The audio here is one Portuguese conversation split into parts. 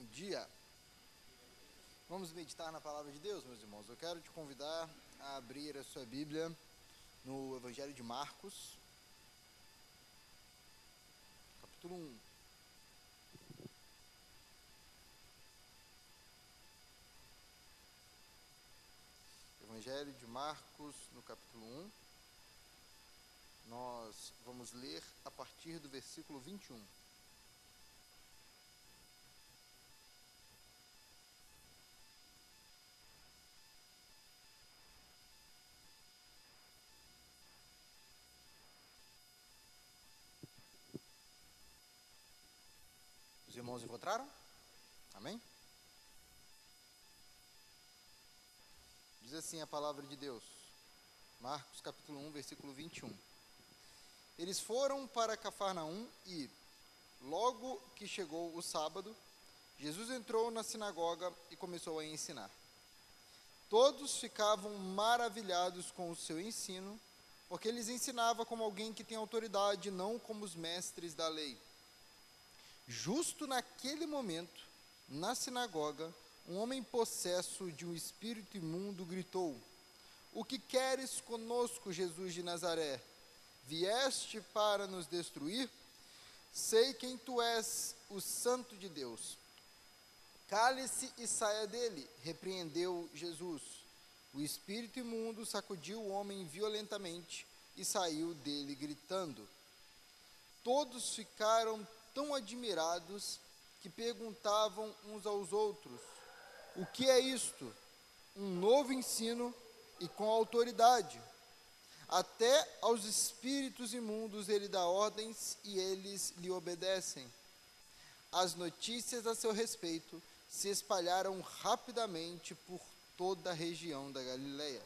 dia. Vamos meditar na palavra de Deus, meus irmãos. Eu quero te convidar a abrir a sua Bíblia no Evangelho de Marcos, capítulo 1. Evangelho de Marcos, no capítulo 1. Nós vamos ler a partir do versículo 21. Os irmãos encontraram? Amém? Diz assim a palavra de Deus. Marcos capítulo 1, versículo 21. Eles foram para Cafarnaum e, logo que chegou o sábado, Jesus entrou na sinagoga e começou a ensinar. Todos ficavam maravilhados com o seu ensino, porque ele ensinava como alguém que tem autoridade, não como os mestres da lei. Justo naquele momento, na sinagoga, um homem possesso de um espírito imundo gritou: "O que queres conosco, Jesus de Nazaré? Vieste para nos destruir? Sei quem tu és, o Santo de Deus." "Cale-se e saia dele", repreendeu Jesus. O espírito imundo sacudiu o homem violentamente e saiu dele gritando. Todos ficaram tão admirados que perguntavam uns aos outros: "O que é isto? Um novo ensino e com autoridade. Até aos espíritos imundos ele dá ordens e eles lhe obedecem." As notícias a seu respeito se espalharam rapidamente por toda a região da Galileia.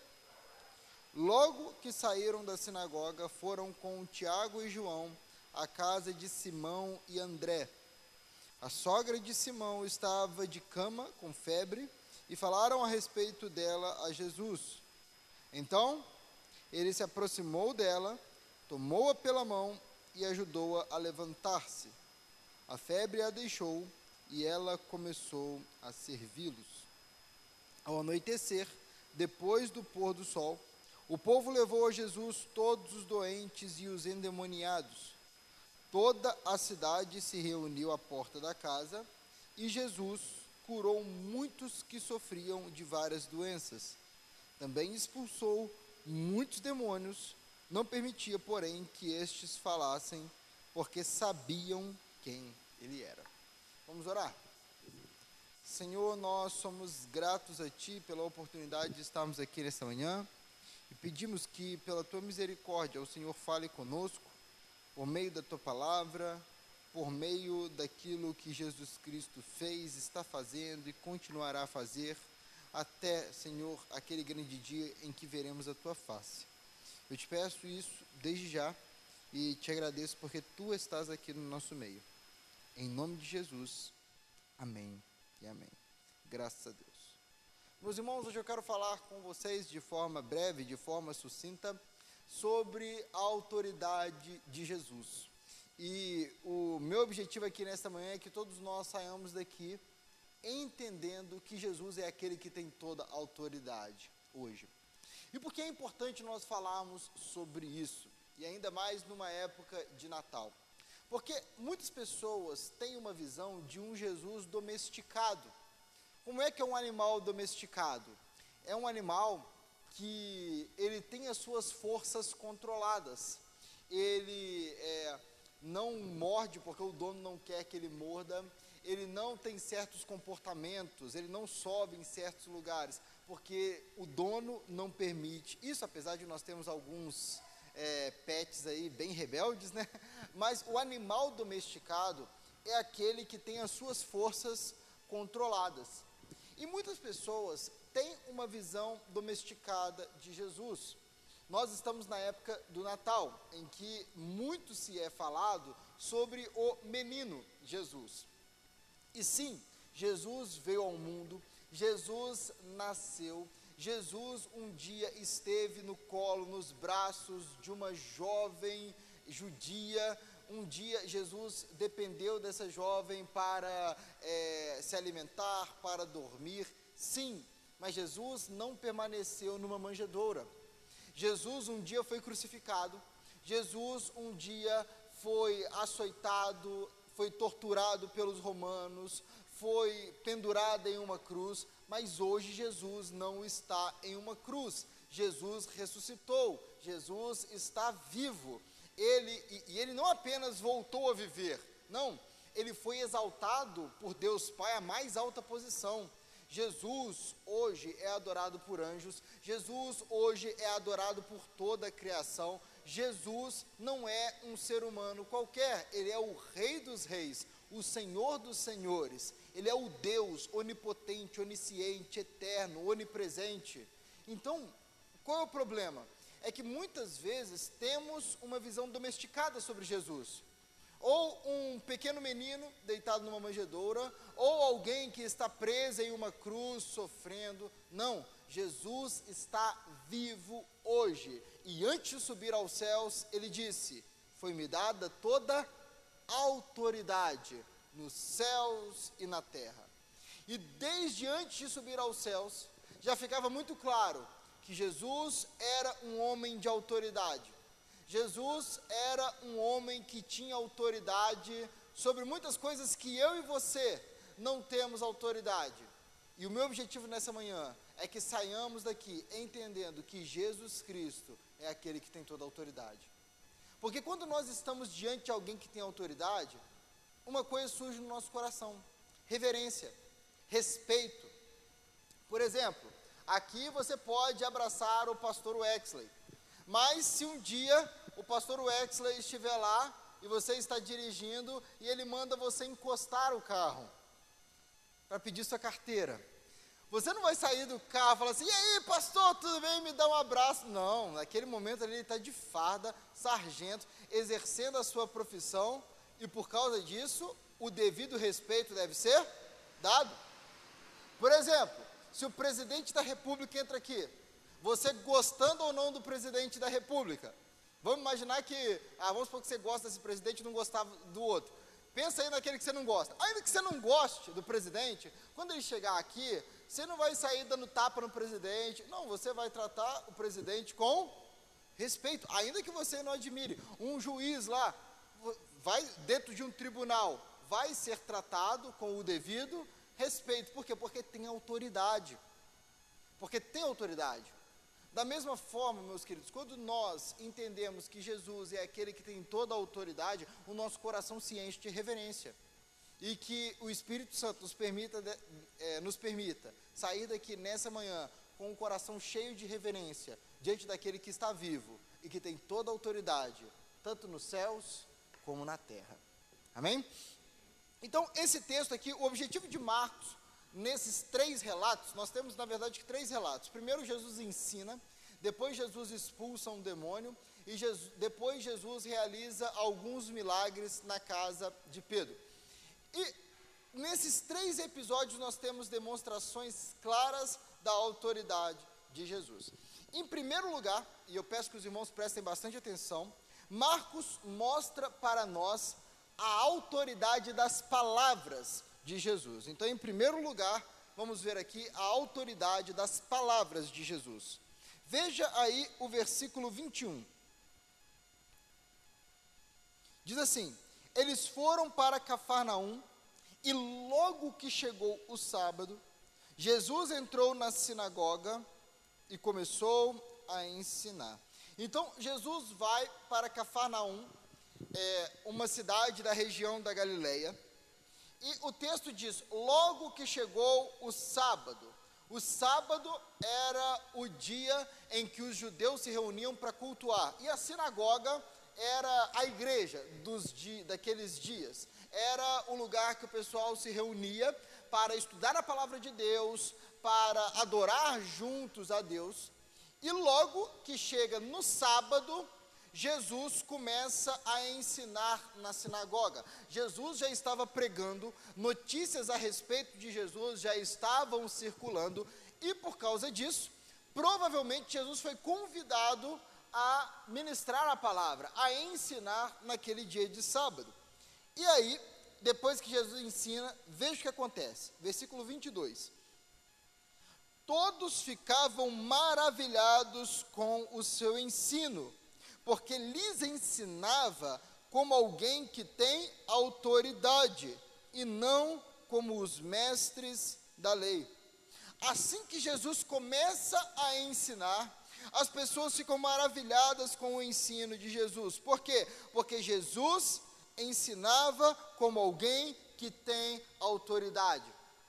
Logo que saíram da sinagoga, foram com Tiago e João à casa de Simão e André. A sogra de Simão estava de cama com febre e falaram a respeito dela a Jesus. Então, ele se aproximou dela, tomou-a pela mão e ajudou-a a levantar-se. A febre a deixou e ela começou a servi-los. Ao anoitecer, depois do pôr do sol, o povo levou a Jesus todos os doentes e os endemoniados. Toda a cidade se reuniu à porta da casa e Jesus curou muitos que sofriam de várias doenças. Também expulsou muitos demônios, não permitia, porém, que estes falassem, porque sabiam quem ele era. Vamos orar? Senhor, nós somos gratos a Ti pela oportunidade de estarmos aqui nesta manhã e pedimos que, pela Tua misericórdia, o Senhor fale conosco, por meio da Tua palavra, por meio daquilo que Jesus Cristo fez, está fazendo e continuará a fazer, até, Senhor, aquele grande dia em que veremos a Tua face. Eu te peço isso desde já e te agradeço porque Tu estás aqui no nosso meio. Em nome de Jesus, amém e amém. Graças a Deus. Meus irmãos, hoje eu quero falar com vocês de forma breve, de forma sucinta, sobre a autoridade de Jesus. E o meu objetivo aqui nesta manhã é que todos nós saiamos daqui entendendo que Jesus é aquele que tem toda a autoridade hoje. E por que é importante nós falarmos sobre isso? E ainda mais numa época de Natal. Porque muitas pessoas têm uma visão de um Jesus domesticado. Como é que é um animal domesticado? É um animal que ele tem as suas forças controladas. Ele não morde porque o dono não quer que ele morda. Ele não tem certos comportamentos, ele não sobe em certos lugares, porque o dono não permite. Isso apesar de nós termos alguns pets aí bem rebeldes, né? Mas o animal domesticado é aquele que tem as suas forças controladas. E muitas pessoas têm uma visão domesticada de Jesus. Nós estamos na época do Natal, em que muito se é falado sobre o menino Jesus. E sim, Jesus veio ao mundo, Jesus nasceu, Jesus um dia esteve no colo, nos braços de uma jovem judia. Um dia Jesus dependeu dessa jovem para se se alimentar, para dormir, sim, mas Jesus não permaneceu numa manjedoura. Jesus um dia foi crucificado, Jesus um dia foi açoitado, foi torturado pelos romanos, foi pendurado em uma cruz, mas hoje Jesus não está em uma cruz. Jesus ressuscitou, Jesus está vivo. Ele não apenas voltou a viver, não, ele foi exaltado por Deus Pai à mais alta posição. Jesus hoje é adorado por anjos, Jesus hoje é adorado por toda a criação. Jesus não é um ser humano qualquer, ele é o Rei dos Reis, o Senhor dos Senhores, ele é o Deus onipotente, onisciente, eterno, onipresente. Então, qual é o problema? É que muitas vezes temos uma visão domesticada sobre Jesus. Ou um pequeno menino deitado numa manjedoura, ou alguém que está preso em uma cruz, sofrendo. Não, Jesus está vivo hoje. E antes de subir aos céus, ele disse: foi-me dada toda autoridade nos céus e na terra. E desde antes de subir aos céus, já ficava muito claro que Jesus era um homem de autoridade. Jesus era um homem que tinha autoridade sobre muitas coisas que eu e você não temos autoridade. E o meu objetivo nessa manhã é que saiamos daqui entendendo que Jesus Cristo é aquele que tem toda a autoridade. Porque quando nós estamos diante de alguém que tem autoridade, uma coisa surge no nosso coração: reverência, respeito. Por exemplo, aqui você pode abraçar o pastor Wexley, mas se um dia o pastor Wexley estiver lá e você está dirigindo e ele manda você encostar o carro para pedir sua carteira, você não vai sair do carro e falar assim: e aí, pastor, tudo bem? Me dá um abraço. Não, naquele momento ele está de farda, sargento, exercendo a sua profissão, e por causa disso, o devido respeito deve ser dado. Por exemplo, se o presidente da república entra aqui, você gostando ou não do presidente da república, vamos imaginar que, vamos supor que você gosta desse presidente e não gostava do outro. Pensa aí naquele que você não gosta. Ainda que você não goste do presidente, quando ele chegar aqui, você não vai sair dando tapa no presidente. Não, você vai tratar o presidente com respeito. Ainda que você não admire. Um juiz lá, vai dentro de um tribunal, vai ser tratado com o devido respeito. Por quê? Porque tem autoridade. Porque tem autoridade. Da mesma forma, meus queridos, quando nós entendemos que Jesus é aquele que tem toda a autoridade, o nosso coração se enche de reverência. E que o Espírito Santo nos permita sair daqui nessa manhã com um coração cheio de reverência diante daquele que está vivo e que tem toda a autoridade, tanto nos céus como na terra. Amém? Então, esse texto aqui, o objetivo de Marcos, nesses 3 relatos, nós temos na verdade 3 relatos. Primeiro Jesus ensina, depois Jesus expulsa um demônio e depois Jesus realiza alguns milagres na casa de Pedro. E nesses 3 episódios nós temos demonstrações claras da autoridade de Jesus. Em primeiro lugar, e eu peço que os irmãos prestem bastante atenção, Marcos mostra para nós a autoridade das palavras de Jesus. Então, em primeiro lugar, vamos ver aqui a autoridade das palavras de Jesus. Veja aí o versículo 21. Diz assim: eles foram para Cafarnaum, e logo que chegou o sábado, Jesus entrou na sinagoga e começou a ensinar. Então, Jesus vai para Cafarnaum, uma cidade da região da Galileia, e o texto diz: logo que chegou o sábado. O sábado era o dia em que os judeus se reuniam para cultuar, e a sinagoga era a igreja daqueles dias. Era o lugar que o pessoal se reunia para estudar a palavra de Deus, para adorar juntos a Deus. E logo que chega no sábado, Jesus começa a ensinar na sinagoga. Jesus já estava pregando, notícias a respeito de Jesus já estavam circulando, e por causa disso, provavelmente Jesus foi convidado a ministrar a palavra, a ensinar naquele dia de sábado. E aí, depois que Jesus ensina, veja o que acontece. Versículo 22. Todos ficavam maravilhados com o seu ensino, porque lhes ensinava como alguém que tem autoridade, e não como os mestres da lei. Assim que Jesus começa a ensinar, as pessoas ficam maravilhadas com o ensino de Jesus. Por quê? Porque Jesus ensinava como alguém que tem autoridade.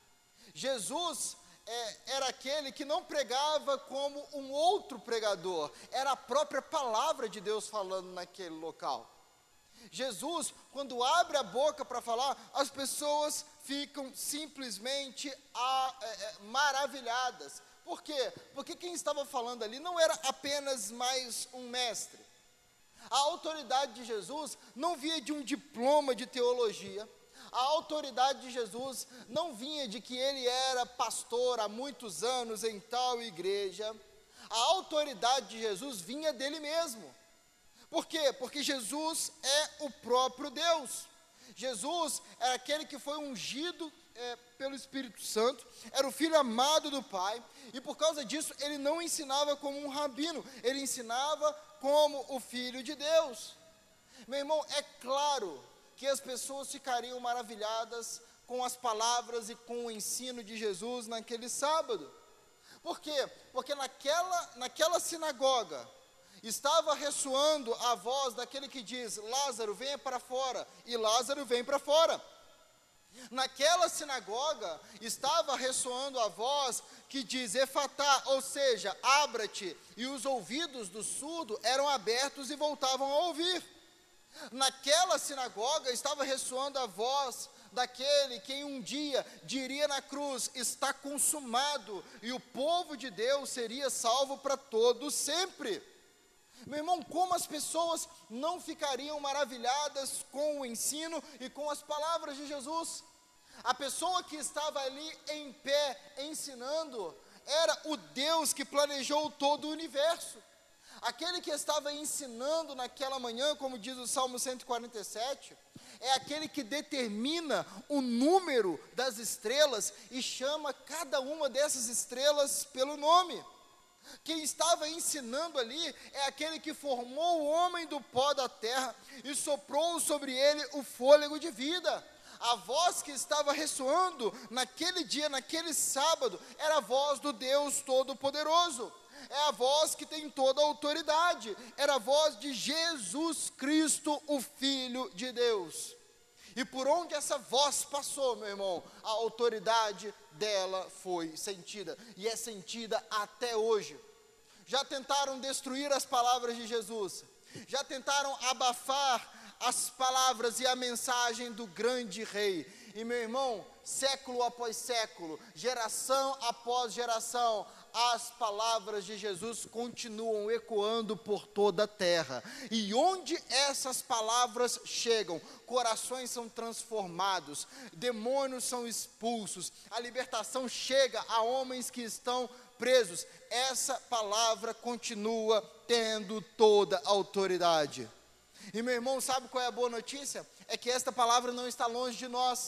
Jesus era aquele que não pregava como um outro pregador, era a própria palavra de Deus falando naquele local. Jesus, quando abre a boca para falar, as pessoas ficam simplesmente maravilhadas. Por quê? Porque quem estava falando ali não era apenas mais um mestre. A autoridade de Jesus não vinha de um diploma de teologia. A autoridade de Jesus não vinha de que ele era pastor há muitos anos em tal igreja. A autoridade de Jesus vinha dele mesmo. Por quê? Porque Jesus é o próprio Deus. Jesus é aquele que foi ungido pelo Espírito Santo, era o Filho amado do Pai, e por causa disso ele não ensinava como um rabino, ele ensinava como o Filho de Deus. Meu irmão, é claro que as pessoas ficariam maravilhadas com as palavras e com o ensino de Jesus naquele sábado. Por quê? Porque naquela sinagoga estava ressoando a voz daquele que diz: Lázaro, venha para fora, e Lázaro vem para fora. Naquela sinagoga estava ressoando a voz que diz Efatá, ou seja, abra-te, e os ouvidos do surdo eram abertos e voltavam a ouvir. Naquela sinagoga estava ressoando a voz daquele que um dia diria na cruz: está consumado, e o povo de Deus seria salvo para todo sempre. Meu irmão, como as pessoas não ficariam maravilhadas com o ensino e com as palavras de Jesus? A pessoa que estava ali em pé ensinando era o Deus que planejou todo o universo. Aquele que estava ensinando naquela manhã, como diz o Salmo 147, é aquele que determina o número das estrelas e chama cada uma dessas estrelas pelo nome. Quem estava ensinando ali é aquele que formou o homem do pó da terra e soprou sobre ele o fôlego de vida. A voz que estava ressoando naquele dia, naquele sábado, era a voz do Deus Todo-Poderoso. É a voz que tem toda a autoridade. Era a voz de Jesus Cristo, o Filho de Deus. E por onde essa voz passou, meu irmão, a autoridade dela foi sentida. E é sentida até hoje. Já tentaram destruir as palavras de Jesus. Já tentaram abafar as palavras e a mensagem do grande rei. E meu irmão, século após século, geração após geração, as palavras de Jesus continuam ecoando por toda a terra. E onde essas palavras chegam, corações são transformados, demônios são expulsos, a libertação chega a homens que estão presos. Essa palavra continua tendo toda a autoridade. E meu irmão, sabe qual é a boa notícia? É que esta palavra não está longe de nós.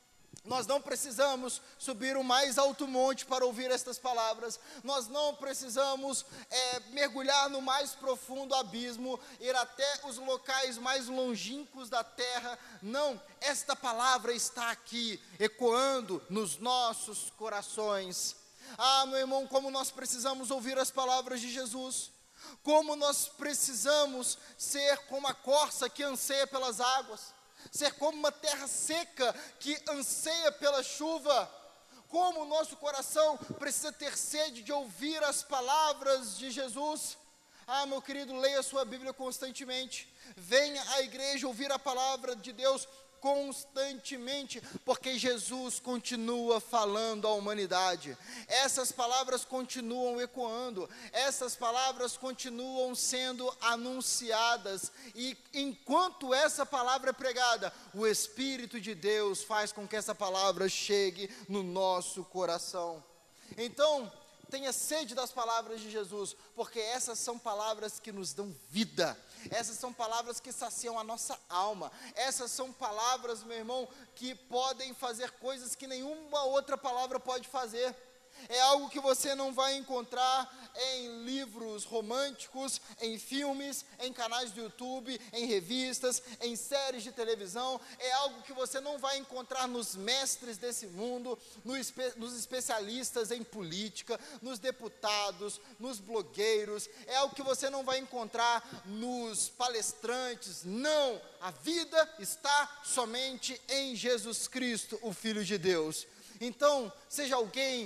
Nós não precisamos subir o mais alto monte para ouvir estas palavras. Nós não precisamos mergulhar no mais profundo abismo, ir até os locais mais longínquos da terra. Não, esta palavra está aqui, ecoando nos nossos corações. Ah, meu irmão, como nós precisamos ouvir as palavras de Jesus. Como nós precisamos ser como a corça que anseia pelas águas. Ser como uma terra seca que anseia pela chuva. Como o nosso coração precisa ter sede de ouvir as palavras de Jesus. Ah, meu querido, leia a sua Bíblia constantemente. Venha à igreja ouvir a palavra de Deus constantemente, porque Jesus continua falando à humanidade. Essas palavras continuam ecoando, essas palavras continuam sendo anunciadas, e enquanto essa palavra é pregada, o Espírito de Deus faz com que essa palavra chegue no nosso coração. Então, tenha sede das palavras de Jesus, porque essas são palavras que nos dão vida, essas são palavras que saciam a nossa alma, essas são palavras, meu irmão, que podem fazer coisas que nenhuma outra palavra pode fazer. É algo que você não vai encontrar em livros românticos, em filmes, em canais do YouTube, em revistas, em séries de televisão. É algo que você não vai encontrar nos mestres desse mundo, nos especialistas em política, nos deputados, nos blogueiros. É algo que você não vai encontrar nos palestrantes. Não, a vida está somente em Jesus Cristo, o Filho de Deus. Então, seja alguém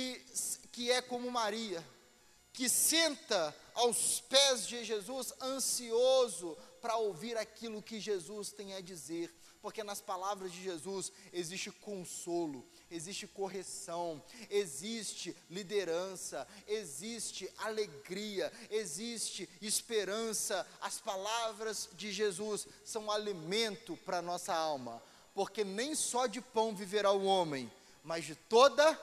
que é como Maria, que senta aos pés de Jesus, ansioso para ouvir aquilo que Jesus tem a dizer, porque nas palavras de Jesus existe consolo, existe correção, existe liderança, existe alegria, existe esperança. As palavras de Jesus são alimento para a nossa alma, porque nem só de pão viverá o homem, mas de toda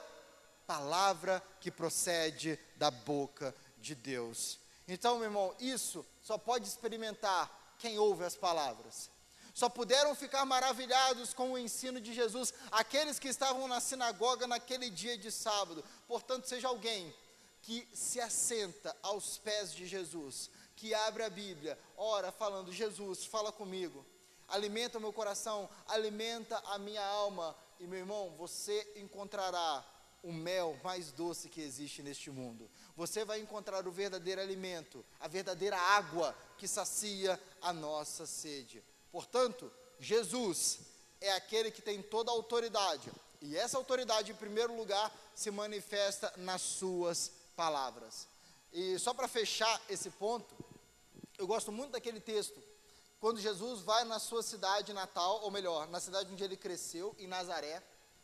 palavra que procede da boca de Deus. Então, meu irmão, isso só pode experimentar quem ouve as palavras. Só puderam ficar maravilhados com o ensino de Jesus aqueles que estavam na sinagoga naquele dia de sábado. Portanto, seja alguém que se assenta aos pés de Jesus, que abre a Bíblia, ora falando: Jesus, fala comigo, alimenta o meu coração, alimenta a minha alma. E, meu irmão, você encontrará o mel mais doce que existe neste mundo. Você vai encontrar o verdadeiro alimento, a verdadeira água que sacia a nossa sede. Portanto, Jesus é aquele que tem toda a autoridade. E essa autoridade, em primeiro lugar, se manifesta nas suas palavras. E só para fechar esse ponto, eu gosto muito daquele texto, quando Jesus vai na sua cidade natal, ou melhor, na cidade onde ele cresceu, em Nazaré,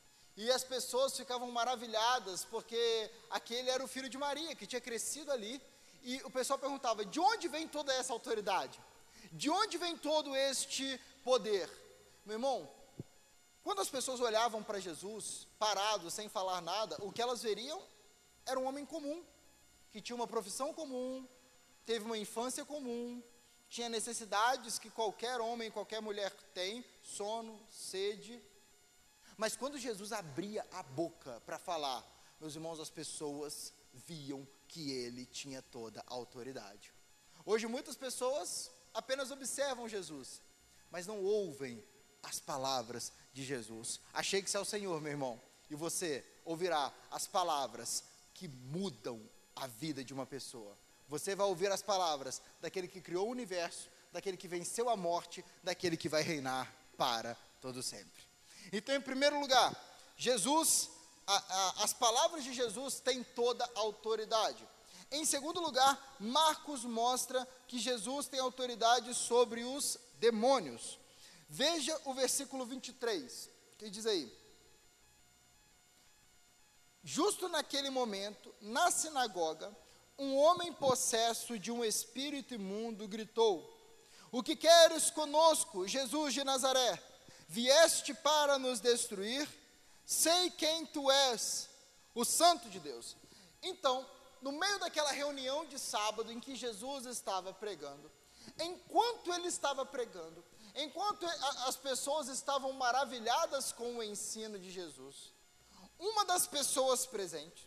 e as pessoas ficavam maravilhadas, porque aquele era o filho de Maria, que tinha crescido ali, e o pessoal perguntava: de onde vem toda essa autoridade? De onde vem todo este poder? Meu irmão, quando as pessoas olhavam para Jesus, parado, sem falar nada, o que elas veriam era um homem comum, que tinha uma profissão comum, teve uma infância comum, tinha necessidades que qualquer homem, qualquer mulher tem, sono, sede. Mas quando Jesus abria a boca para falar, meus irmãos, as pessoas viam que ele tinha toda a autoridade. Hoje muitas pessoas apenas observam Jesus, mas não ouvem as palavras de Jesus. Achegue-se ao Senhor, meu irmão, e você ouvirá as palavras que mudam a vida de uma pessoa. Você vai ouvir as palavras daquele que criou o universo, daquele que venceu a morte, daquele que vai reinar para todo sempre. Então, em primeiro lugar, Jesus, as palavras de Jesus têm toda a autoridade. Em segundo lugar, Marcos mostra que Jesus tem autoridade sobre os demônios. Veja o versículo 23, que diz aí: justo naquele momento, na sinagoga, um homem possesso de um espírito imundo gritou: o que queres conosco, Jesus de Nazaré? Vieste para nos destruir? Sei quem tu és, o Santo de Deus. Então, no meio daquela reunião de sábado em que Jesus estava pregando, enquanto ele estava pregando, enquanto as pessoas estavam maravilhadas com o ensino de Jesus, uma das pessoas presentes,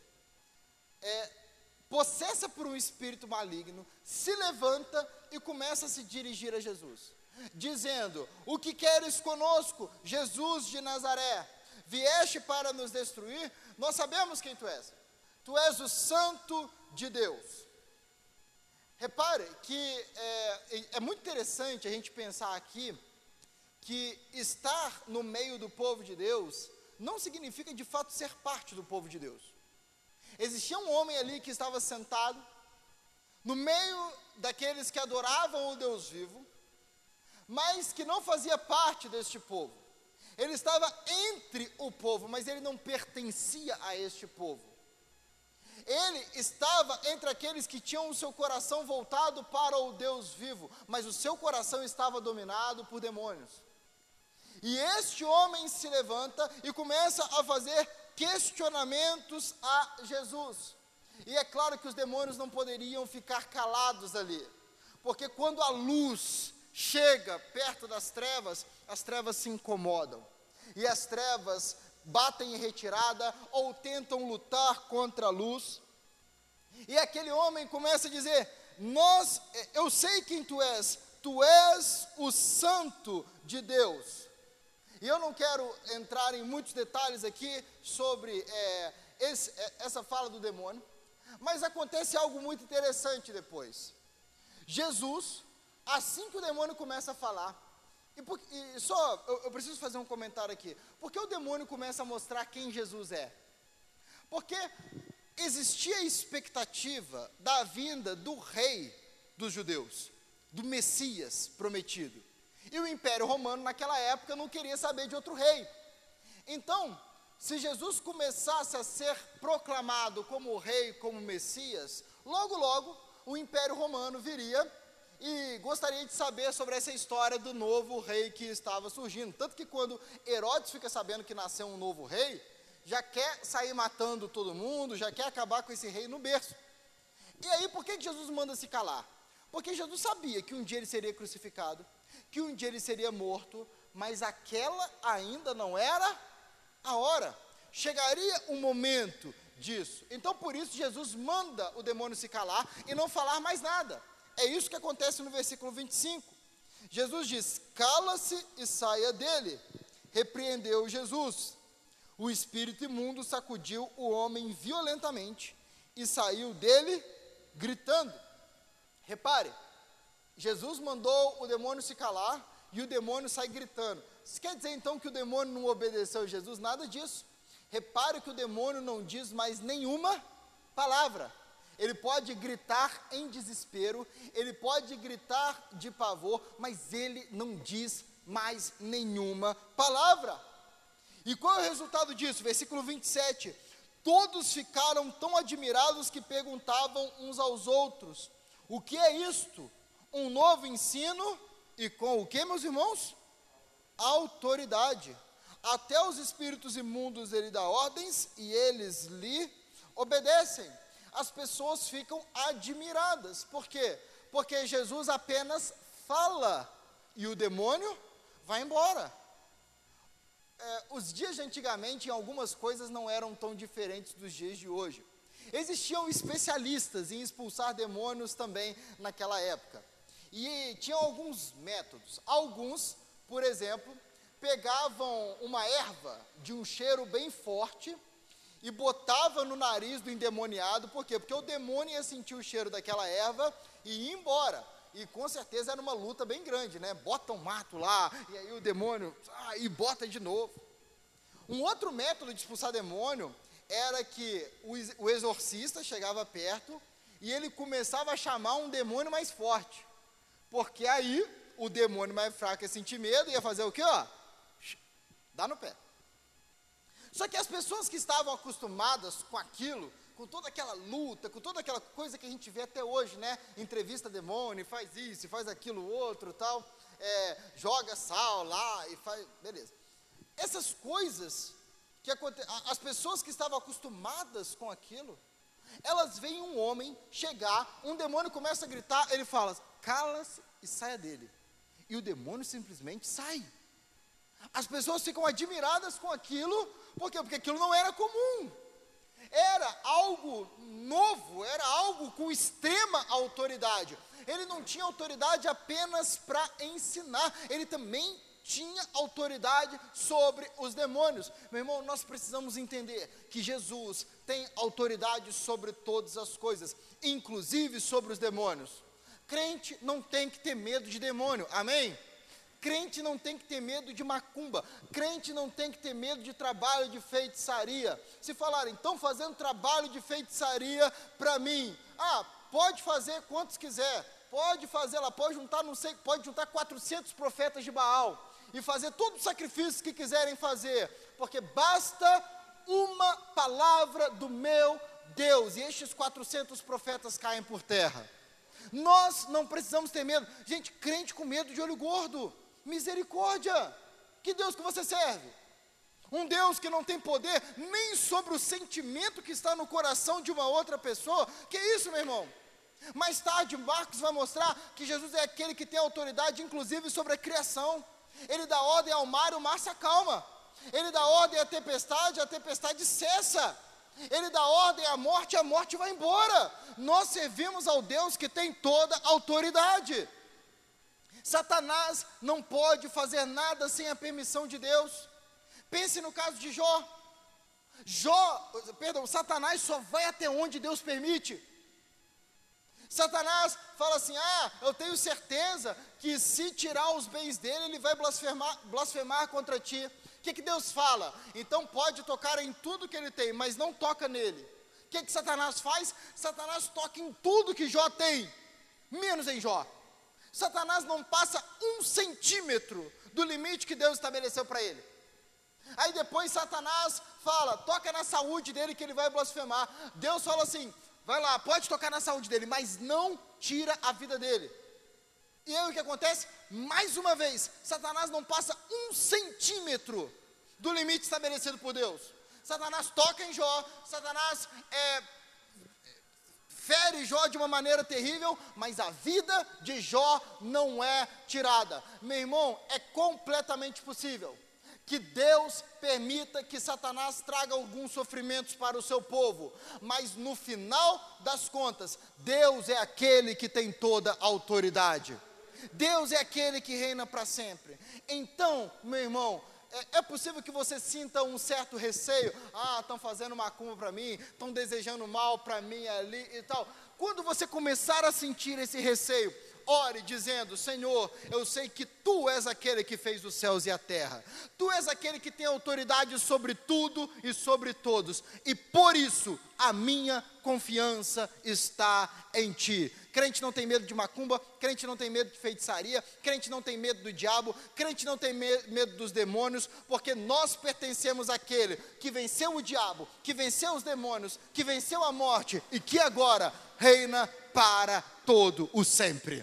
possessa por um espírito maligno, se levanta e começa a se dirigir a Jesus, dizendo: o que queres conosco, Jesus de Nazaré? Vieste para nos destruir? Nós sabemos quem tu és. Tu és o Santo de Deus. Repare que é muito interessante a gente pensar aqui que estar no meio do povo de Deus não significa de fato ser parte do povo de Deus. Existia um homem ali que estava sentado no meio daqueles que adoravam o Deus vivo, mas que não fazia parte deste povo. Ele estava entre o povo, mas ele não pertencia a este povo. Ele estava entre aqueles que tinham o seu coração voltado para o Deus vivo, mas o seu coração estava dominado por demônios. E este homem se levanta e começa a fazer questionamentos a Jesus. E é claro que os demônios não poderiam ficar calados ali, porque quando a luz chega perto das trevas, as trevas se incomodam, e as trevas batem em retirada ou tentam lutar contra a luz. E aquele homem começa a dizer: eu sei quem tu és o Santo de Deus. E eu não quero entrar em muitos detalhes aqui sobre essa fala do demônio, mas acontece algo muito interessante depois. Jesus, assim que o demônio começa a falar, eu preciso fazer um comentário aqui, porque o demônio começa a mostrar quem Jesus é. Porque existia a expectativa da vinda do rei dos judeus, do Messias prometido. E o Império Romano naquela época não queria saber de outro rei. Então, se Jesus começasse a ser proclamado como rei, como Messias, logo logo o Império Romano viria e gostaria de saber sobre essa história do novo rei que estava surgindo. Tanto que quando Herodes fica sabendo que nasceu um novo rei, já quer sair matando todo mundo, já quer acabar com esse rei no berço. E aí, por que Jesus manda se calar? Porque Jesus sabia que um dia ele seria crucificado, que um dia ele seria morto, mas aquela ainda não era a hora. Chegaria um momento disso. Então, por isso, Jesus manda o demônio se calar e não falar mais nada. É isso que acontece no versículo 25. Jesus diz: cala-se e saia dele. Repreendeu Jesus. O espírito imundo sacudiu o homem violentamente e saiu dele gritando. Repare, Jesus mandou o demônio se calar e o demônio sai gritando. Isso quer dizer então que o demônio não obedeceu a Jesus? Nada disso. Repare que o demônio não diz mais nenhuma palavra. Ele pode gritar em desespero, ele pode gritar de pavor, mas ele não diz mais nenhuma palavra. E qual é o resultado disso? Versículo 27. Todos ficaram tão admirados que perguntavam uns aos outros: o que é isto? Um novo ensino? E com o que, meus irmãos? Autoridade. Até os espíritos imundos ele dá ordens e eles lhe obedecem. As pessoas ficam admiradas. Por quê? Porque Jesus apenas fala e o demônio vai embora. Os dias de antigamente, em algumas coisas, não eram tão diferentes dos dias de hoje. Existiam especialistas em expulsar demônios também naquela época. E tinham alguns métodos. Alguns, por exemplo, pegavam uma erva de um cheiro bem forte e botavam no nariz do endemoniado. Por quê? Porque o demônio ia sentir o cheiro daquela erva e ia embora. E com certeza era uma luta bem grande, né? Bota um mato lá, e aí o demônio, e bota de novo. Um outro método de expulsar demônio era que o exorcista chegava perto e ele começava a chamar um demônio mais forte. Porque aí o demônio mais fraco ia sentir medo e ia fazer o quê? Dá no pé. Só que as pessoas que estavam acostumadas com aquilo, com toda aquela luta, com toda aquela coisa que a gente vê até hoje, né? Entrevista demônio, faz isso, faz aquilo outro, tal, joga sal lá e faz, beleza. Essas coisas que as pessoas que estavam acostumadas com aquilo, elas veem um homem chegar, um demônio começa a gritar, ele fala: cala-se e saia dele. E o demônio simplesmente sai. As pessoas ficam admiradas com aquilo, por quê? Porque aquilo não era comum. Era algo novo, era algo com extrema autoridade. Ele não tinha autoridade apenas para ensinar, ele também tinha autoridade sobre os demônios. Meu irmão, nós precisamos entender que Jesus tem autoridade sobre todas as coisas, inclusive sobre os demônios. Crente não tem que ter medo de demônio, amém? Crente não tem que ter medo de macumba, crente não tem que ter medo de trabalho de feitiçaria. Se falarem, estão fazendo trabalho de feitiçaria para mim, pode fazer quantos quiser, pode fazer lá, pode juntar, não sei, pode juntar 400 profetas de Baal, e fazer todo o sacrifício que quiserem fazer, porque basta uma palavra do meu Deus, e estes 400 profetas caem por terra. Nós não precisamos ter medo. Gente, crente com medo de olho gordo, misericórdia, que Deus que você serve? Um Deus que não tem poder nem sobre o sentimento que está no coração de uma outra pessoa. Que isso, meu irmão? Mais tarde, Marcos vai mostrar que Jesus é aquele que tem autoridade, inclusive, sobre a criação. Ele dá ordem ao mar e o mar se acalma. Ele dá ordem à tempestade, a tempestade cessa. Ele dá ordem à morte, a morte vai embora. Nós servimos ao Deus que tem toda a autoridade. Satanás não pode fazer nada sem a permissão de Deus. Pense no caso de Jó. Satanás só vai até onde Deus permite. Satanás fala assim: eu tenho certeza que se tirar os bens dele, ele vai blasfemar contra ti. O que Deus fala? Então pode tocar em tudo que ele tem, mas não toca nele. O que Satanás faz? Satanás toca em tudo que Jó tem, menos em Jó. Satanás não passa 1 centímetro do limite que Deus estabeleceu para ele. Aí depois Satanás fala: toca na saúde dele que ele vai blasfemar. Deus fala assim: vai lá, pode tocar na saúde dele, mas não tira a vida dele. E aí o que acontece? Mais uma vez, Satanás não passa 1 centímetro do limite estabelecido por Deus. Satanás toca em Jó, Satanás fere Jó de uma maneira terrível, mas a vida de Jó não é tirada. Meu irmão, é completamente possível que Deus permita que Satanás traga alguns sofrimentos para o seu povo, mas no final das contas, Deus é aquele que tem toda a autoridade. Deus é aquele que reina para sempre. Então, meu irmão, é possível que você sinta um certo receio. Estão fazendo macumba para mim, estão desejando mal para mim ali e tal. Quando você começar a sentir esse receio, ore dizendo: Senhor, eu sei que Tu és aquele que fez os céus e a terra. Tu és aquele que tem autoridade sobre tudo e sobre todos. E por isso, a minha confiança está em Ti. Crente não tem medo de macumba, crente não tem medo de feitiçaria, crente não tem medo do diabo, crente não tem medo dos demônios, porque nós pertencemos àquele que venceu o diabo, que venceu os demônios, que venceu a morte e que agora reina para todo o sempre.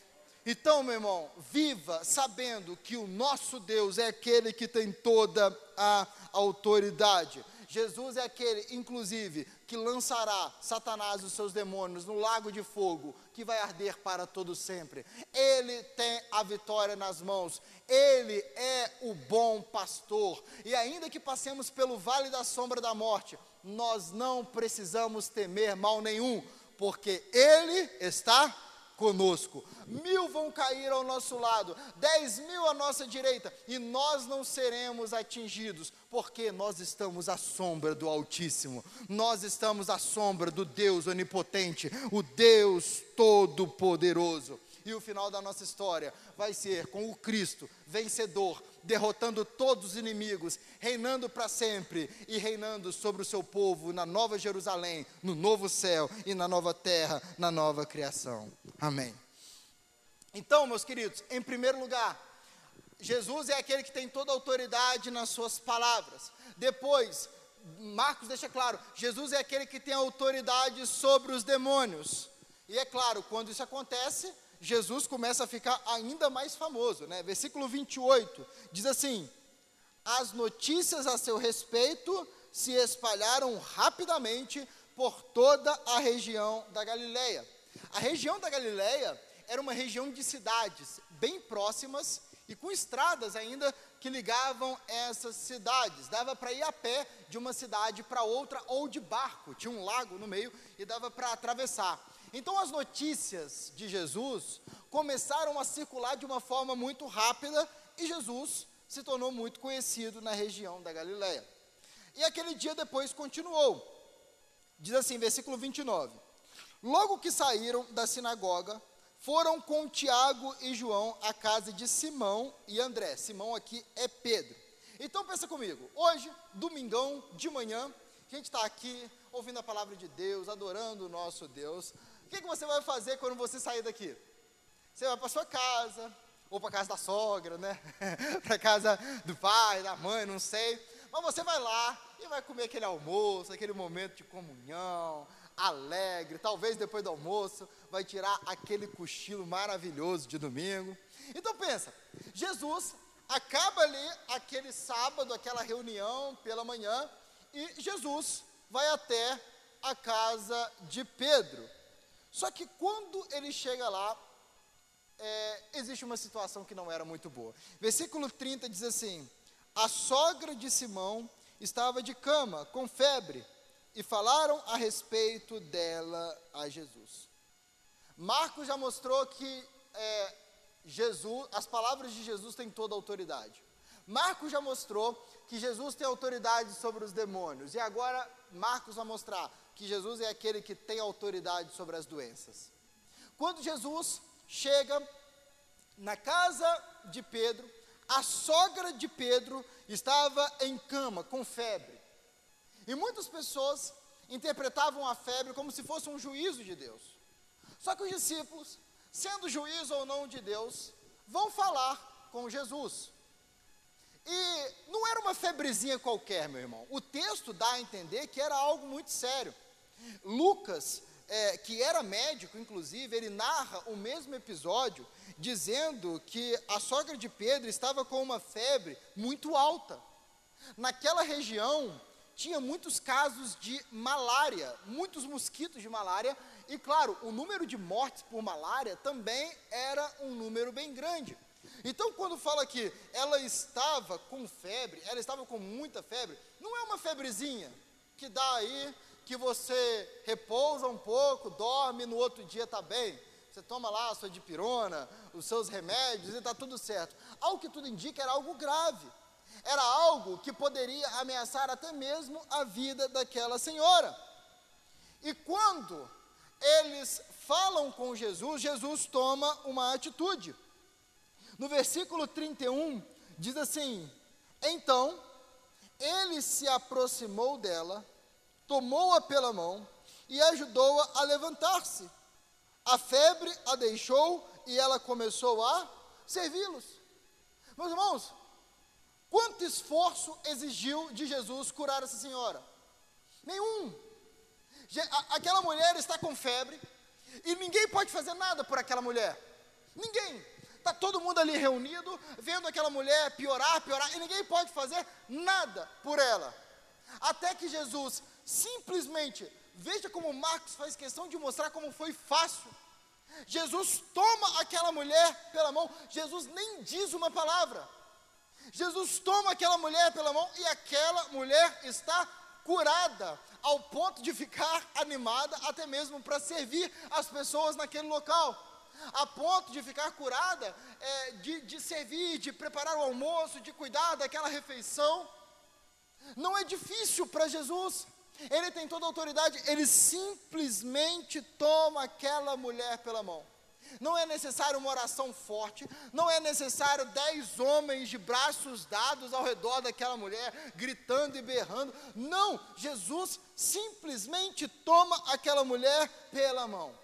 Então, meu irmão, viva sabendo que o nosso Deus é aquele que tem toda a autoridade. Jesus é aquele, inclusive, que lançará Satanás e os seus demônios no lago de fogo, que vai arder para todo sempre. Ele tem a vitória nas mãos. Ele é o bom pastor. E ainda que passemos pelo vale da sombra da morte, nós não precisamos temer mal nenhum, porque Ele está conosco. 1000 vão cair ao nosso lado, 10.000 à nossa direita, e nós não seremos atingidos, porque nós estamos à sombra do Altíssimo, nós estamos à sombra do Deus onipotente, o Deus todo-poderoso. E o final da nossa história vai ser com o Cristo vencedor, derrotando todos os inimigos, reinando para sempre e reinando sobre o seu povo na nova Jerusalém, no novo céu e na nova terra, na nova criação. Amém. Então, meus queridos, em primeiro lugar, Jesus é aquele que tem toda a autoridade nas suas palavras. Depois, Marcos deixa claro, Jesus é aquele que tem autoridade sobre os demônios. E é claro, quando isso acontece, Jesus começa a ficar ainda mais famoso, né? Versículo 28, diz assim: as notícias a seu respeito se espalharam rapidamente por toda a região da Galileia. A região da Galileia era uma região de cidades bem próximas e com estradas ainda que ligavam essas cidades. Dava para ir a pé de uma cidade para outra ou de barco, tinha um lago no meio e dava para atravessar. Então as notícias de Jesus começaram a circular de uma forma muito rápida e Jesus se tornou muito conhecido na região da Galileia. E aquele dia depois continuou. Diz assim, versículo 29. Logo que saíram da sinagoga, foram com Tiago e João à casa de Simão e André. Simão aqui é Pedro. Então pensa comigo, hoje, domingão de manhã, a gente está aqui ouvindo a palavra de Deus, adorando o nosso Deus. O que você vai fazer quando você sair daqui? Você vai para sua casa, ou para a casa da sogra, né? Para a casa do pai, da mãe, não sei. Mas você vai lá e vai comer aquele almoço, aquele momento de comunhão, alegre. Talvez depois do almoço vai tirar aquele cochilo maravilhoso de domingo. Então pensa, Jesus acaba ali aquele sábado, aquela reunião pela manhã, e Jesus vai até a casa de Pedro. Só que quando ele chega lá, existe uma situação que não era muito boa. Versículo 30 diz assim: a sogra de Simão estava de cama, com febre, e falaram a respeito dela a Jesus. Marcos já mostrou que Jesus, as palavras de Jesus têm toda a autoridade. Marcos já mostrou que Jesus tem autoridade sobre os demônios. E agora Marcos vai mostrar que Jesus é aquele que tem autoridade sobre as doenças. Quando Jesus chega na casa de Pedro, a sogra de Pedro estava em cama, com febre. E muitas pessoas interpretavam a febre como se fosse um juízo de Deus. Só que os discípulos, sendo juízo ou não de Deus, vão falar com Jesus. E não era uma febrezinha qualquer, meu irmão. O texto dá a entender que era algo muito sério. Lucas, que era médico, inclusive, ele narra o mesmo episódio, dizendo que a sogra de Pedro estava com uma febre muito alta. Naquela região, tinha muitos casos de malária, muitos mosquitos de malária, e claro, o número de mortes por malária também era um número bem grande. Então, quando fala que ela estava com febre, ela estava com muita febre, não é uma febrezinha que dá aí, que você repousa um pouco, dorme, no outro dia está bem. Você toma lá a sua dipirona, os seus remédios e está tudo certo. Algo que tudo indica era algo grave. Era algo que poderia ameaçar até mesmo a vida daquela senhora. E quando eles falam com Jesus, Jesus toma uma atitude. No versículo 31, diz assim: então, ele se aproximou dela, tomou-a pela mão e ajudou-a a levantar-se. A febre a deixou e ela começou a servi-los. Meus irmãos, quanto esforço exigiu de Jesus curar essa senhora? Nenhum. Aquela mulher está com febre e ninguém pode fazer nada por aquela mulher. Ninguém. Está todo mundo ali reunido, vendo aquela mulher piorar, e ninguém pode fazer nada por ela. Até que Jesus simplesmente, veja como Marcos faz questão de mostrar como foi fácil. Jesus toma aquela mulher pela mão, Jesus nem diz uma palavra. Jesus toma aquela mulher pela mão e aquela mulher está curada, ao ponto de ficar animada até mesmo para servir as pessoas naquele local. A ponto de ficar curada, de servir, de preparar o almoço, de cuidar daquela refeição. Não é difícil para Jesus, ele tem toda a autoridade, ele simplesmente toma aquela mulher pela mão. Não é necessário uma oração forte, não é necessário 10 homens de braços dados ao redor daquela mulher, gritando e berrando. Não, Jesus simplesmente toma aquela mulher pela mão.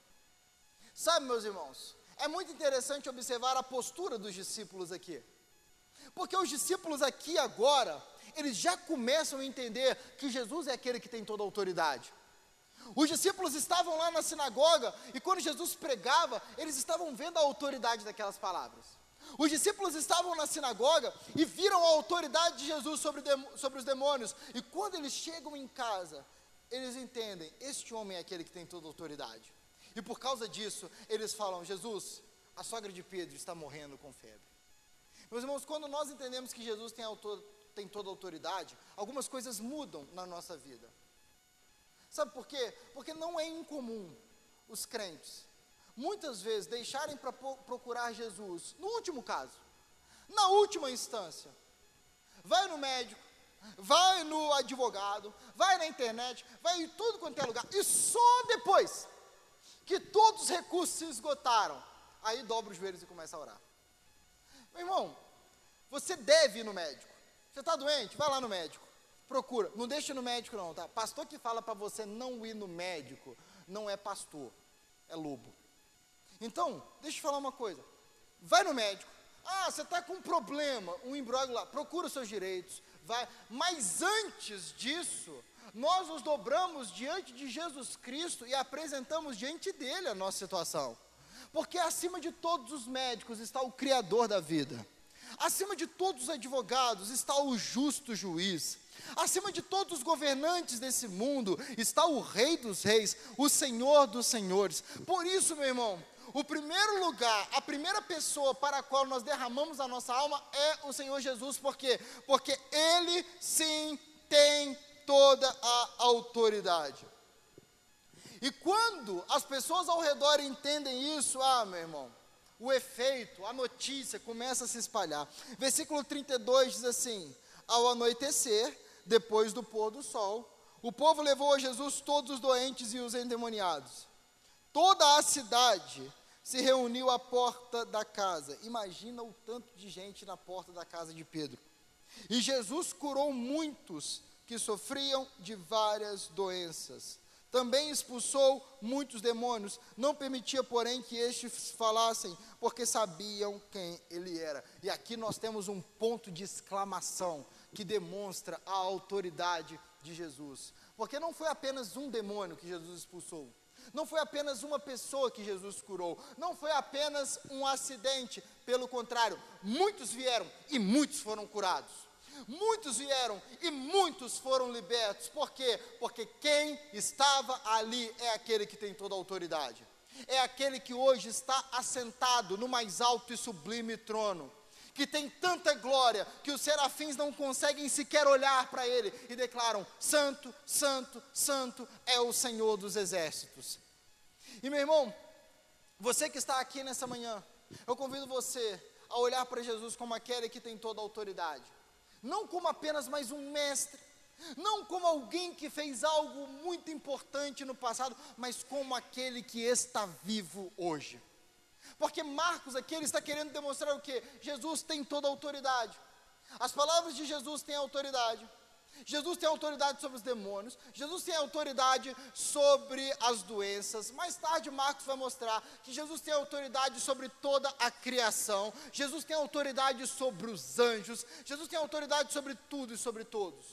Sabe, meus irmãos, é muito interessante observar a postura dos discípulos aqui. Porque os discípulos aqui agora, eles já começam a entender que Jesus é aquele que tem toda a autoridade. Os discípulos estavam lá na sinagoga e quando Jesus pregava, eles estavam vendo a autoridade daquelas palavras. Os discípulos estavam na sinagoga e viram a autoridade de Jesus sobre os demônios. E quando eles chegam em casa, eles entendem, este homem é aquele que tem toda a autoridade. E por causa disso, eles falam: Jesus, a sogra de Pedro está morrendo com febre. Meus irmãos, quando nós entendemos que Jesus tem toda a autoridade, algumas coisas mudam na nossa vida. Sabe por quê? Porque não é incomum os crentes, muitas vezes, deixarem para procurar Jesus, no último caso, na última instância. Vai no médico, vai no advogado, vai na internet, vai em tudo quanto é lugar, e só depois que todos os recursos se esgotaram, aí dobra os joelhos e começa a orar. Meu irmão, você deve ir no médico. Você está doente? Vai lá no médico. Procura. Não deixe no médico não, tá? Pastor que fala para você não ir no médico, não é pastor, é lobo. Então, deixa eu te falar uma coisa. Vai no médico. Ah, você está com um problema, um imbróglio lá. Procura os seus direitos. Vai. Mas antes disso, nós nos dobramos diante de Jesus Cristo e apresentamos diante dele a nossa situação. Porque acima de todos os médicos está o Criador da vida. Acima de todos os advogados está o justo juiz. Acima de todos os governantes desse mundo está o Rei dos Reis, o Senhor dos Senhores. Por isso, meu irmão, o primeiro lugar, a primeira pessoa para a qual nós derramamos a nossa alma é o Senhor Jesus. Por quê? Porque Ele sim tem toda a autoridade. E quando as pessoas ao redor entendem isso, meu irmão, o efeito, a notícia começa a se espalhar. Versículo 32 diz assim: ao anoitecer, depois do pôr do sol, o povo levou a Jesus todos os doentes e os endemoniados. Toda a cidade se reuniu à porta da casa. Imagina o tanto de gente na porta da casa de Pedro. E Jesus curou muitos que sofriam de várias doenças. Também expulsou muitos demônios. Não permitia, porém, que estes falassem, porque sabiam quem ele era. E aqui nós temos um ponto de exclamação que demonstra a autoridade de Jesus. Porque não foi apenas um demônio que Jesus expulsou. Não foi apenas uma pessoa que Jesus curou. Não foi apenas um acidente. Pelo contrário, muitos vieram e muitos foram curados. Muitos vieram e muitos foram libertos. Por quê? Porque quem estava ali é aquele que tem toda a autoridade. É aquele que hoje está assentado no mais alto e sublime trono, que tem tanta glória que os serafins não conseguem sequer olhar para ele e declaram: santo, santo, santo é o Senhor dos exércitos. E meu irmão, você que está aqui nessa manhã, eu convido você a olhar para Jesus como aquele que tem toda a autoridade. Não como apenas mais um mestre, não como alguém que fez algo muito importante no passado, mas como aquele que está vivo hoje. Porque Marcos aqui, ele está querendo demonstrar o quê? Jesus tem toda a autoridade. As palavras de Jesus têm autoridade. Jesus tem autoridade sobre os demônios. Jesus tem autoridade sobre as doenças. Mais tarde Marcos vai mostrar que Jesus tem autoridade sobre toda a criação. Jesus tem autoridade sobre os anjos. Jesus tem autoridade sobre tudo e sobre todos.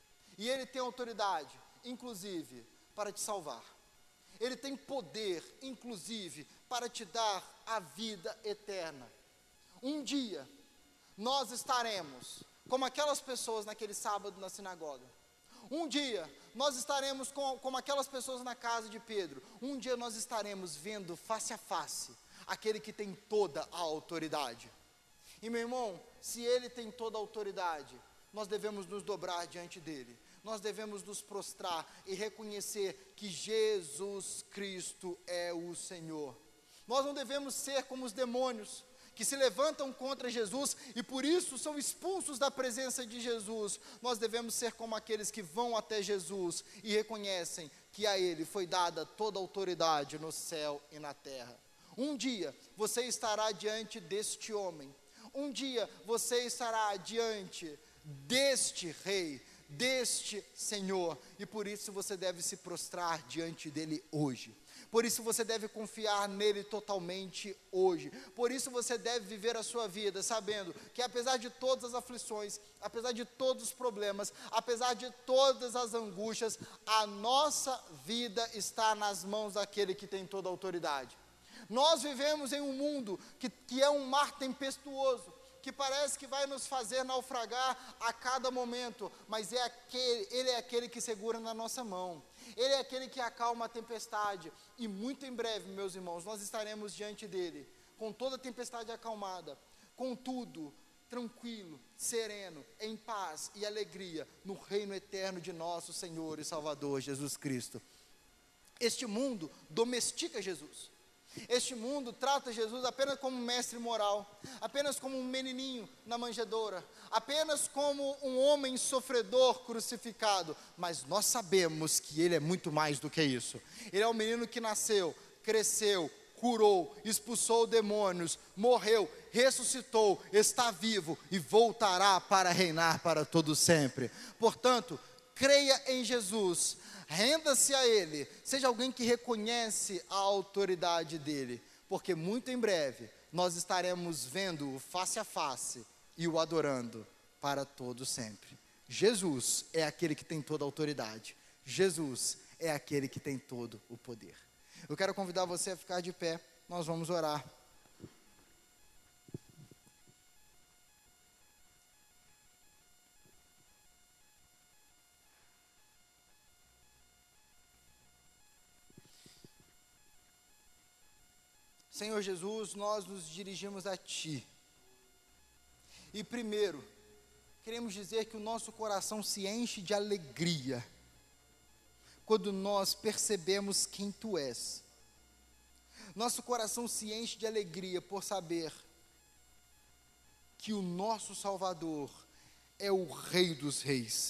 E Ele tem autoridade, inclusive, para te salvar. Ele tem poder, inclusive, para te dar a vida eterna. Um dia, nós estaremos como aquelas pessoas naquele sábado na sinagoga. Um dia, nós estaremos como aquelas pessoas na casa de Pedro. Um dia nós estaremos vendo face a face aquele que tem toda a autoridade. E meu irmão, se Ele tem toda a autoridade, nós devemos nos dobrar diante dEle. Nós devemos nos prostrar e reconhecer que Jesus Cristo é o Senhor. Nós não devemos ser como os demônios, que se levantam contra Jesus e por isso são expulsos da presença de Jesus. Nós devemos ser como aqueles que vão até Jesus e reconhecem que a Ele foi dada toda a autoridade no céu e na terra. Um dia você estará diante deste homem. Um dia você estará diante deste Rei, deste Senhor, e por isso você deve se prostrar diante dele hoje. Por isso você deve confiar nele totalmente hoje. Por isso você deve viver a sua vida sabendo que apesar de todas as aflições, apesar de todos os problemas, apesar de todas as angústias, a nossa vida está nas mãos daquele que tem toda a autoridade. Nós vivemos em um mundo que é um mar tempestuoso, que parece que vai nos fazer naufragar a cada momento, mas Ele é aquele que segura na nossa mão. Ele é aquele que acalma a tempestade, e muito em breve, meus irmãos, nós estaremos diante dele, com toda a tempestade acalmada, com tudo tranquilo, sereno, em paz e alegria, no reino eterno de nosso Senhor e Salvador Jesus Cristo. Este mundo domestica Jesus. Este mundo trata Jesus apenas como um mestre moral, apenas como um menininho na manjedoura, apenas como um homem sofredor crucificado, mas nós sabemos que Ele é muito mais do que isso. Ele é um menino que nasceu, cresceu, curou, expulsou demônios, morreu, ressuscitou, está vivo e voltará para reinar para todo sempre. Portanto, creia em Jesus, renda-se a Ele, seja alguém que reconhece a autoridade dEle, porque muito em breve nós estaremos vendo-o face a face e o adorando para todo sempre. Jesus é aquele que tem toda a autoridade. Jesus é aquele que tem todo o poder. Eu quero convidar você a ficar de pé, nós vamos orar. Senhor Jesus, nós nos dirigimos a Ti. E primeiro, queremos dizer que o nosso coração se enche de alegria quando nós percebemos quem Tu és. Nosso coração se enche de alegria por saber que o nosso Salvador é o Rei dos Reis.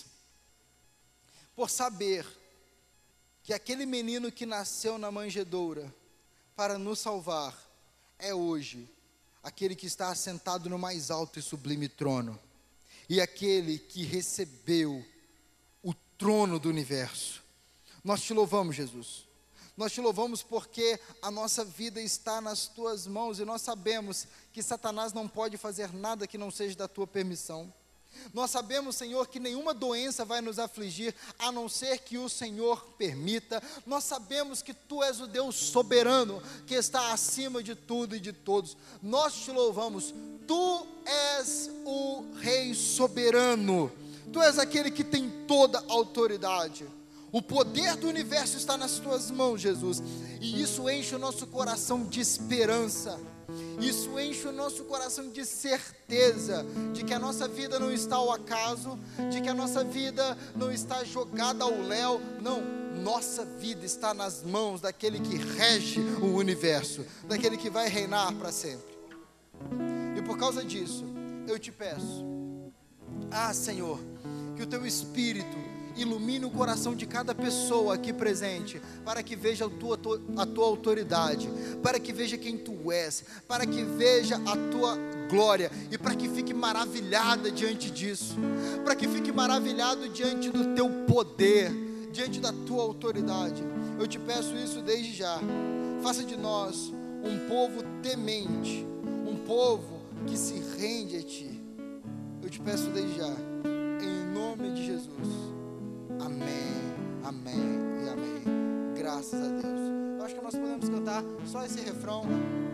Por saber que aquele menino que nasceu na manjedoura para nos salvar é hoje aquele que está assentado no mais alto e sublime trono, e aquele que recebeu o trono do universo. Nós te louvamos, Jesus. Nós te louvamos porque a nossa vida está nas tuas mãos, e nós sabemos que Satanás não pode fazer nada que não seja da tua permissão. Nós sabemos, Senhor, que nenhuma doença vai nos afligir, a não ser que o Senhor permita. Nós sabemos que Tu és o Deus soberano, que está acima de tudo e de todos. Nós te louvamos. Tu és o Rei soberano. Tu és aquele que tem toda a autoridade. O poder do universo está nas Tuas mãos, Jesus. E isso enche o nosso coração de esperança. Isso enche o nosso coração de certeza de que a nossa vida não está ao acaso, de que a nossa vida não está jogada ao léu. Não, nossa vida está nas mãos daquele que rege o universo, daquele que vai reinar para sempre. E por causa disso, eu te peço, Senhor, que o Teu Espírito ilumine o coração de cada pessoa aqui presente, para que veja a tua autoridade, para que veja quem Tu és, para que veja a Tua glória, e para que fique maravilhada diante disso, para que fique maravilhado diante do Teu poder, diante da Tua autoridade. Eu te peço isso desde já. Faça de nós um povo temente, um povo que se rende a Ti. Eu te peço desde já, em nome de Jesus. Amém, amém e amém. Graças a Deus. Eu acho que nós podemos cantar só esse refrão.